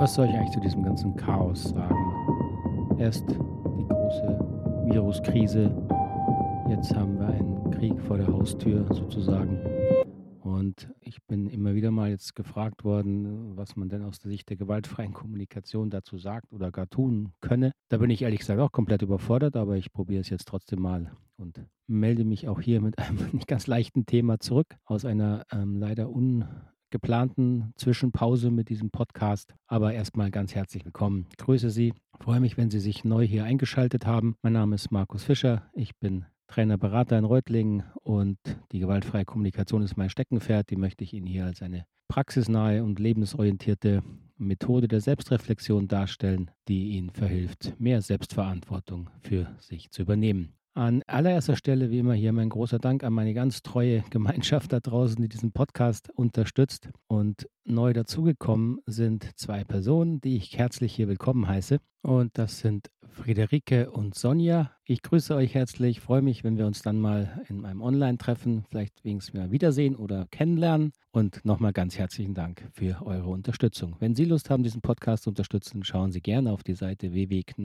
Was soll ich eigentlich zu diesem ganzen Chaos sagen? Erst die große Viruskrise, jetzt haben wir einen Krieg vor der Haustür sozusagen. Und ich bin immer wieder mal jetzt gefragt worden, was man denn aus der Sicht der gewaltfreien Kommunikation dazu sagt oder gar tun könne. Da bin ich ehrlich gesagt auch komplett überfordert, aber ich probiere es jetzt trotzdem mal und melde mich auch hier mit einem nicht ganz leichten Thema zurück aus einer leider ungeplanten Zwischenpause mit diesem Podcast. Aber erstmal ganz herzlich willkommen. Ich grüße Sie. Freue mich, wenn Sie sich neu hier eingeschaltet haben. Mein Name ist Markus Fischer. Ich bin Trainer, Berater in Reutlingen und die gewaltfreie Kommunikation ist mein Steckenpferd. Die möchte ich Ihnen hier als eine praxisnahe und lebensorientierte Methode der Selbstreflexion darstellen, die Ihnen verhilft, mehr Selbstverantwortung für sich zu übernehmen. An allererster Stelle, wie immer, hier mein großer Dank an meine ganz treue Gemeinschaft da draußen, die diesen Podcast unterstützt. Und neu dazugekommen sind zwei Personen, die ich herzlich hier willkommen heiße. Und das sind Friederike und Sonja. Ich grüße euch herzlich, freue mich, wenn wir uns dann mal in einem Online-Treffen vielleicht wenigstens mal wiedersehen oder kennenlernen. Und nochmal ganz herzlichen Dank für eure Unterstützung. Wenn Sie Lust haben, diesen Podcast zu unterstützen, schauen Sie gerne auf die Seite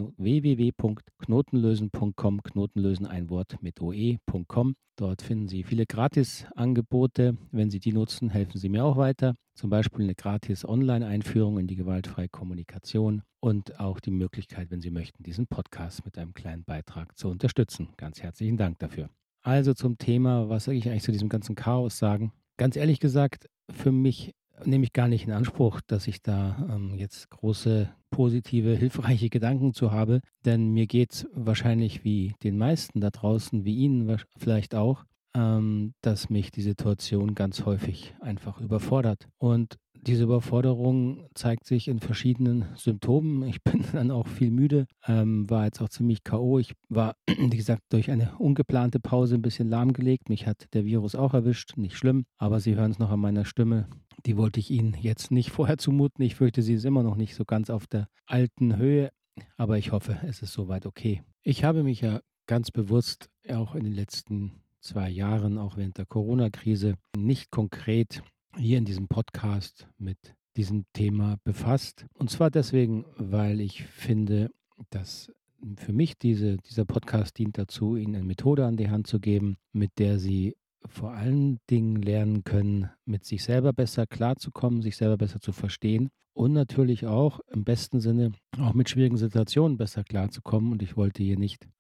www.knotenlösen.com, Knotenlösen ein Wort mit oe.com. Dort finden Sie viele Gratis-Angebote. Wenn Sie die nutzen, helfen Sie mir auch weiter. Zum Beispiel eine gratis Online-Einführung in die gewaltfreie Kommunikation und auch die Möglichkeit, wenn Sie möchten, diesen Podcast mit einem kleinen Beitrag zu unterstützen. Ganz herzlichen Dank dafür. Also zum Thema, was soll ich eigentlich zu diesem ganzen Chaos sagen? Ganz ehrlich gesagt, für mich nehme ich gar nicht in Anspruch, dass ich da jetzt große, positive, hilfreiche Gedanken zu habe, denn mir geht es wahrscheinlich wie den meisten da draußen, wie Ihnen vielleicht auch, dass mich die Situation ganz häufig einfach überfordert. Und diese Überforderung zeigt sich in verschiedenen Symptomen. Ich bin dann auch viel müde, war jetzt auch ziemlich K.O. Ich war, wie gesagt, durch eine ungeplante Pause ein bisschen lahmgelegt. Mich hat der Virus auch erwischt, nicht schlimm, aber Sie hören es noch an meiner Stimme. Die wollte ich Ihnen jetzt nicht vorher zumuten. Ich fürchte, sie ist immer noch nicht so ganz auf der alten Höhe, aber ich hoffe, es ist soweit okay. Ich habe mich ja ganz bewusst auch in den letzten 2 Jahren, auch während der Corona-Krise, nicht konkret hier in diesem Podcast mit diesem Thema befasst. Und zwar deswegen, weil ich finde, dass für mich dieser Podcast dient dazu, Ihnen eine Methode an die Hand zu geben, mit der Sie vor allen Dingen lernen können, mit sich selber besser klarzukommen, sich selber besser zu verstehen und natürlich auch im besten Sinne auch mit schwierigen Situationen besser klarzukommen. Und ich wollte hier nicht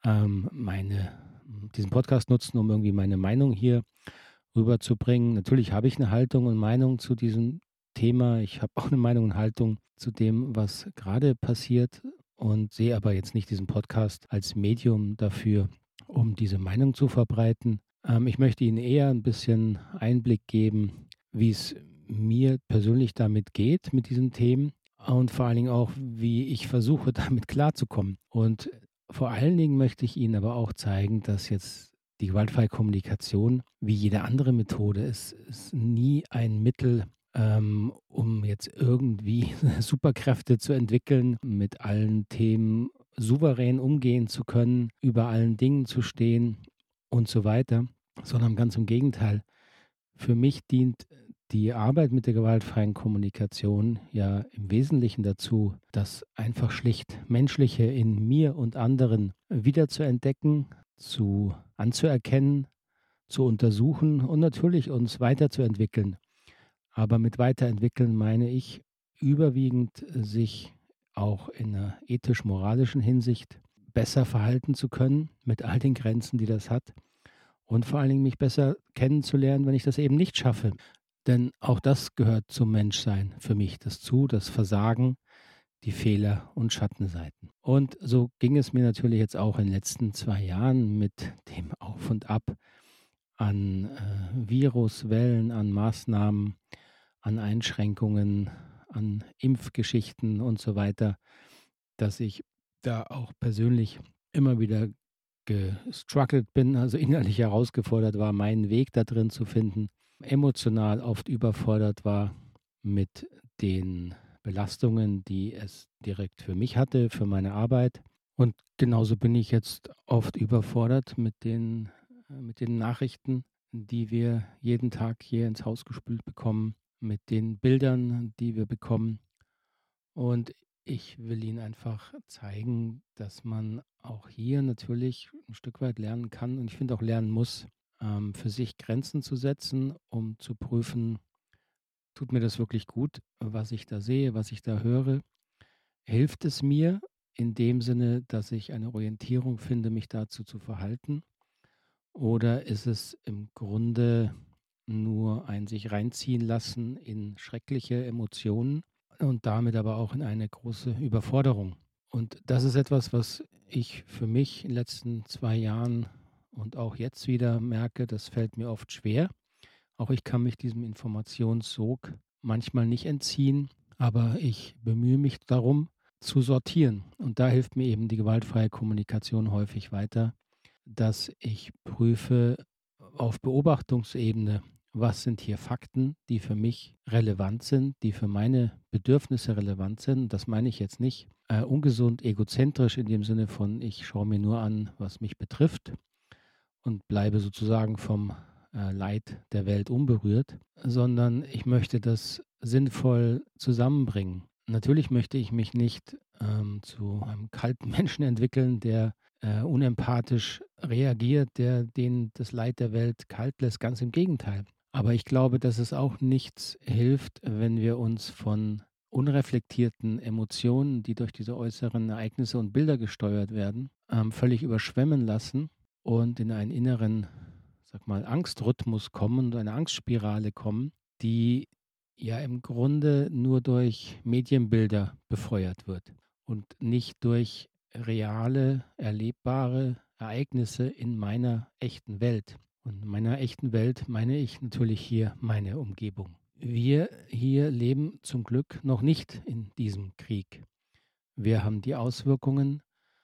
diesen Podcast nutzen, um irgendwie meine Meinung hier rüberzubringen. Natürlich habe ich eine Haltung und Meinung zu diesem Thema. Ich habe auch eine Meinung und Haltung zu dem, was gerade passiert und sehe aber jetzt nicht diesen Podcast als Medium dafür, um diese Meinung zu verbreiten. Ich möchte Ihnen eher ein bisschen Einblick geben, wie es mir persönlich damit geht, mit diesen Themen und vor allen Dingen auch, wie ich versuche, damit klarzukommen. Und vor allen Dingen möchte ich Ihnen aber auch zeigen, dass jetzt die gewaltfreie Kommunikation, wie jede andere Methode, ist nie ein Mittel, um jetzt irgendwie Superkräfte zu entwickeln, mit allen Themen souverän umgehen zu können, über allen Dingen zu stehen und so weiter, sondern ganz im Gegenteil. Für mich dient die Arbeit mit der gewaltfreien Kommunikation ja im Wesentlichen dazu, das einfach schlicht Menschliche in mir und anderen wiederzuentdecken, anzuerkennen, zu untersuchen und natürlich uns weiterzuentwickeln. Aber mit weiterentwickeln meine ich überwiegend sich auch in einer ethisch-moralischen Hinsicht besser verhalten zu können, mit all den Grenzen, die das hat. Und vor allen Dingen mich besser kennenzulernen, wenn ich das eben nicht schaffe. Denn auch das gehört zum Menschsein für mich dazu, das Versagen, die Fehler und Schattenseiten. Und so ging es mir natürlich jetzt auch in den letzten 2 Jahren mit dem Auf und Ab an Viruswellen, an Maßnahmen, an Einschränkungen, an Impfgeschichten und so weiter, dass ich da auch persönlich immer wieder gestruggelt bin, also innerlich herausgefordert war, meinen Weg da drin zu finden, emotional oft überfordert war mit den Belastungen, die es direkt für mich hatte, für meine Arbeit. Und genauso bin ich jetzt oft überfordert mit den Nachrichten, die wir jeden Tag hier ins Haus gespült bekommen, mit den Bildern, die wir bekommen. Und ich will Ihnen einfach zeigen, dass man auch hier natürlich ein Stück weit lernen kann und ich finde auch lernen muss, für sich Grenzen zu setzen, um zu prüfen: „Tut mir das wirklich gut, was ich da sehe, was ich da höre? Hilft es mir in dem Sinne, dass ich eine Orientierung finde, mich dazu zu verhalten? Oder ist es im Grunde nur ein sich reinziehen lassen in schreckliche Emotionen und damit aber auch in eine große Überforderung?“ Und das ist etwas, was ich für mich in den letzten 2 Jahren und auch jetzt wieder merke, das fällt mir oft schwer. Auch ich kann mich diesem Informationssog manchmal nicht entziehen, aber ich bemühe mich darum, zu sortieren. Und da hilft mir eben die gewaltfreie Kommunikation häufig weiter, dass ich prüfe auf Beobachtungsebene, was sind hier Fakten, die für mich relevant sind, die für meine Bedürfnisse relevant sind. Das meine ich jetzt nicht ungesund egozentrisch in dem Sinne von, ich schaue mir nur an, was mich betrifft und bleibe sozusagen vom Leid der Welt unberührt, sondern ich möchte das sinnvoll zusammenbringen. Natürlich möchte ich mich nicht zu einem kalten Menschen entwickeln, der unempathisch reagiert, der den das Leid der Welt kalt lässt. Ganz im Gegenteil. Aber ich glaube, dass es auch nichts hilft, wenn wir uns von unreflektierten Emotionen, die durch diese äußeren Ereignisse und Bilder gesteuert werden, völlig überschwemmen lassen und in einen inneren, sag mal, Angstrhythmus kommen und eine Angstspirale kommen, die ja im Grunde nur durch Medienbilder befeuert wird und nicht durch reale, erlebbare Ereignisse in meiner echten Welt. Und in meiner echten Welt meine ich natürlich hier meine Umgebung. Wir hier leben zum Glück noch nicht in diesem Krieg. Wir haben die Auswirkungen,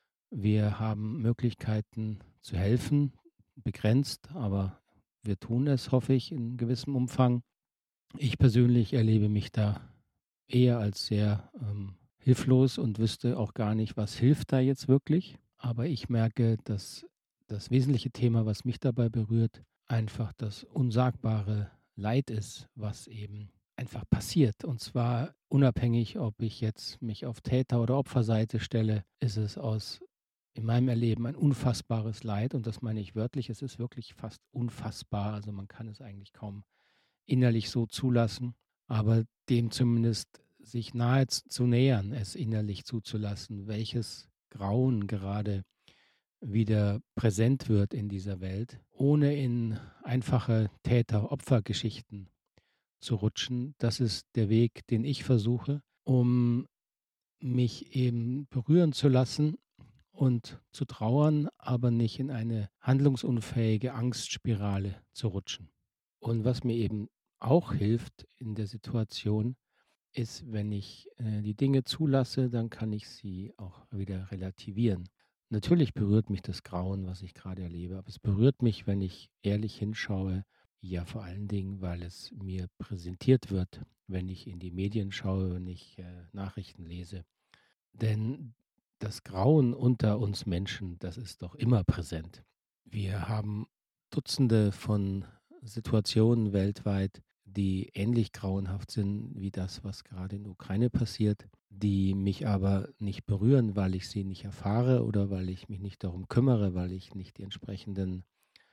wir haben Möglichkeiten zu helfen, begrenzt, aber wir tun es, hoffe ich, in gewissem Umfang. Ich persönlich erlebe mich da eher als sehr hilflos und wüsste auch gar nicht, was hilft da jetzt wirklich. Aber ich merke, dass das wesentliche Thema, was mich dabei berührt, einfach das unsagbare Leid ist, was eben einfach passiert. Und zwar unabhängig, ob ich jetzt mich auf Täter- oder Opferseite stelle, ist es aus in meinem Erleben ein unfassbares Leid. Und das meine ich wörtlich. Es ist wirklich fast unfassbar. Also man kann es eigentlich kaum innerlich so zulassen, aber dem zumindest sich nahe zu nähern, es innerlich zuzulassen, welches Grauen gerade wieder präsent wird in dieser Welt, ohne in einfache Täter-Opfer-Geschichten zu rutschen. Das ist der Weg, den ich versuche, um mich eben berühren zu lassen und zu trauern, aber nicht in eine handlungsunfähige Angstspirale zu rutschen. Und was mir eben auch hilft in der Situation, ist, wenn ich die Dinge zulasse, dann kann ich sie auch wieder relativieren. Natürlich berührt mich das Grauen, was ich gerade erlebe, aber es berührt mich, wenn ich ehrlich hinschaue, ja vor allen Dingen, weil es mir präsentiert wird, wenn ich in die Medien schaue, wenn ich Nachrichten lese. Denn das Grauen unter uns Menschen, das ist doch immer präsent. Wir haben Dutzende von Situationen weltweit, die ähnlich grauenhaft sind wie das, was gerade in der Ukraine passiert, die mich aber nicht berühren, weil ich sie nicht erfahre oder weil ich mich nicht darum kümmere, weil ich nicht die entsprechenden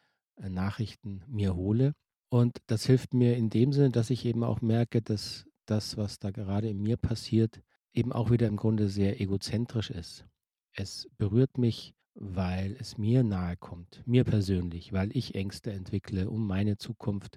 Nachrichten mir hole. Und das hilft mir in dem Sinne, dass ich eben auch merke, dass das, was da gerade in mir passiert, eben auch wieder im Grunde sehr egozentrisch ist. Es berührt mich, weil es mir nahe kommt, mir persönlich, weil ich Ängste entwickle um meine Zukunft,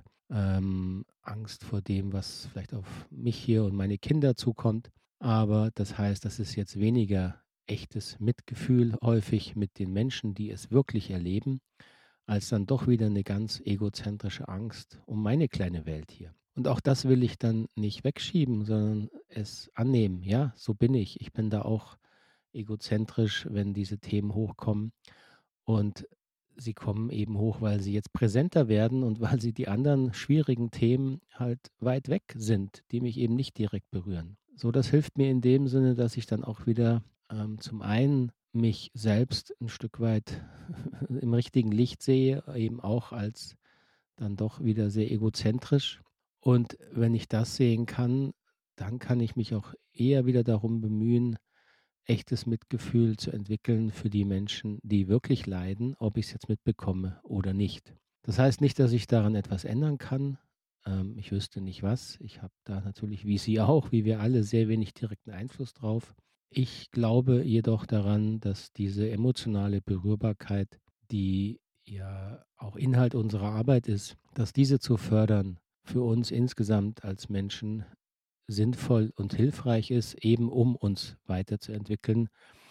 Angst vor dem, was vielleicht auf mich hier und meine Kinder zukommt. Aber das heißt, das ist jetzt weniger echtes Mitgefühl häufig mit den Menschen, die es wirklich erleben, als dann doch wieder eine ganz egozentrische Angst um meine kleine Welt hier. Und auch das will ich dann nicht wegschieben, sondern es annehmen. Ja, so bin ich. Ich bin da auch egozentrisch, wenn diese Themen hochkommen. Und sie kommen eben hoch, weil sie jetzt präsenter werden und weil sie die anderen schwierigen Themen halt weit weg sind, die mich eben nicht direkt berühren. So, das hilft mir in dem Sinne, dass ich dann auch wieder zum einen mich selbst ein Stück weit im richtigen Licht sehe, eben auch als dann doch wieder sehr egozentrisch. Und wenn ich das sehen kann, dann kann ich mich auch eher wieder darum bemühen, echtes Mitgefühl zu entwickeln für die Menschen, die wirklich leiden, ob ich es jetzt mitbekomme oder nicht. Das heißt nicht, dass ich daran etwas ändern kann. Ich wüsste nicht was. Ich habe da natürlich, wie Sie auch, wie wir alle, sehr wenig direkten Einfluss drauf. Ich glaube jedoch daran, dass diese emotionale Berührbarkeit, die ja auch Inhalt unserer Arbeit ist, dass diese zu fördern für uns insgesamt als Menschen sinnvoll und hilfreich ist, eben um uns weiterzuentwickeln,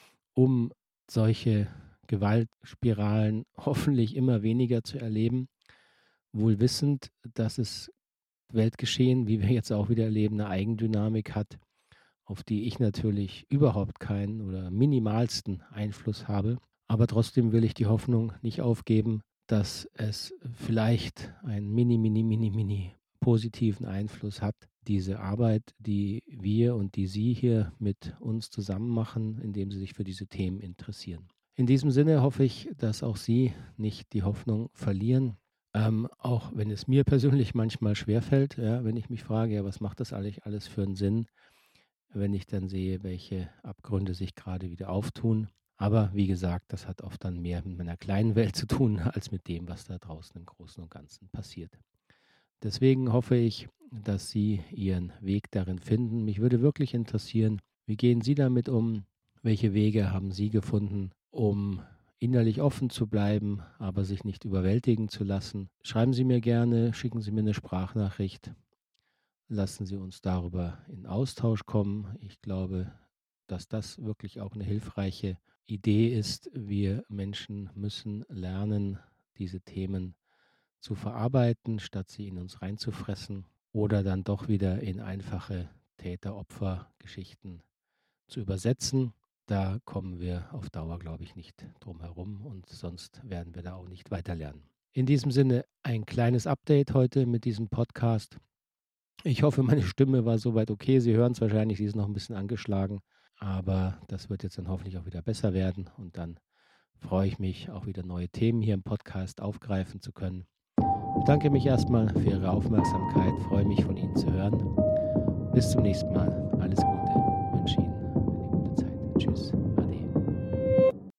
um solche Gewaltspiralen hoffentlich immer weniger zu erleben, wohl wissend, dass es Weltgeschehen, wie wir jetzt auch wieder erleben, eine Eigendynamik hat, auf die ich natürlich überhaupt keinen oder minimalsten Einfluss habe. Aber trotzdem will ich die Hoffnung nicht aufgeben, dass es vielleicht einen mini positiven Einfluss hat, diese Arbeit, die wir und die Sie hier mit uns zusammen machen, indem Sie sich für diese Themen interessieren. In diesem Sinne hoffe ich, dass auch Sie nicht die Hoffnung verlieren, auch wenn es mir persönlich manchmal schwerfällt, ja, wenn ich mich frage, ja, was macht das eigentlich alles für einen Sinn, wenn ich dann sehe, welche Abgründe sich gerade wieder auftun. Aber wie gesagt, das hat oft dann mehr mit meiner kleinen Welt zu tun, als mit dem, was da draußen im Großen und Ganzen passiert. Deswegen hoffe ich, dass Sie Ihren Weg darin finden. Mich würde wirklich interessieren, wie gehen Sie damit um? Welche Wege haben Sie gefunden, um innerlich offen zu bleiben, aber sich nicht überwältigen zu lassen? Schreiben Sie mir gerne, schicken Sie mir eine Sprachnachricht. Lassen Sie uns darüber in Austausch kommen. Ich glaube, dass das wirklich auch eine hilfreiche Idee ist. Wir Menschen müssen lernen, diese Themen zu verarbeiten, statt sie in uns reinzufressen oder dann doch wieder in einfache Täter-Opfer-Geschichten zu übersetzen. Da kommen wir auf Dauer, glaube ich, nicht drum herum und sonst werden wir da auch nicht weiter lernen. In diesem Sinne ein kleines Update heute mit diesem Podcast. Ich hoffe, meine Stimme war soweit okay. Sie hören es wahrscheinlich, sie ist noch ein bisschen angeschlagen, aber das wird jetzt dann hoffentlich auch wieder besser werden und dann freue ich mich, auch wieder neue Themen hier im Podcast aufgreifen zu können. Ich bedanke mich erstmal für Ihre Aufmerksamkeit, freue mich von Ihnen zu hören. Bis zum nächsten Mal. Alles Gute, wünsche Ihnen eine gute Zeit. Tschüss.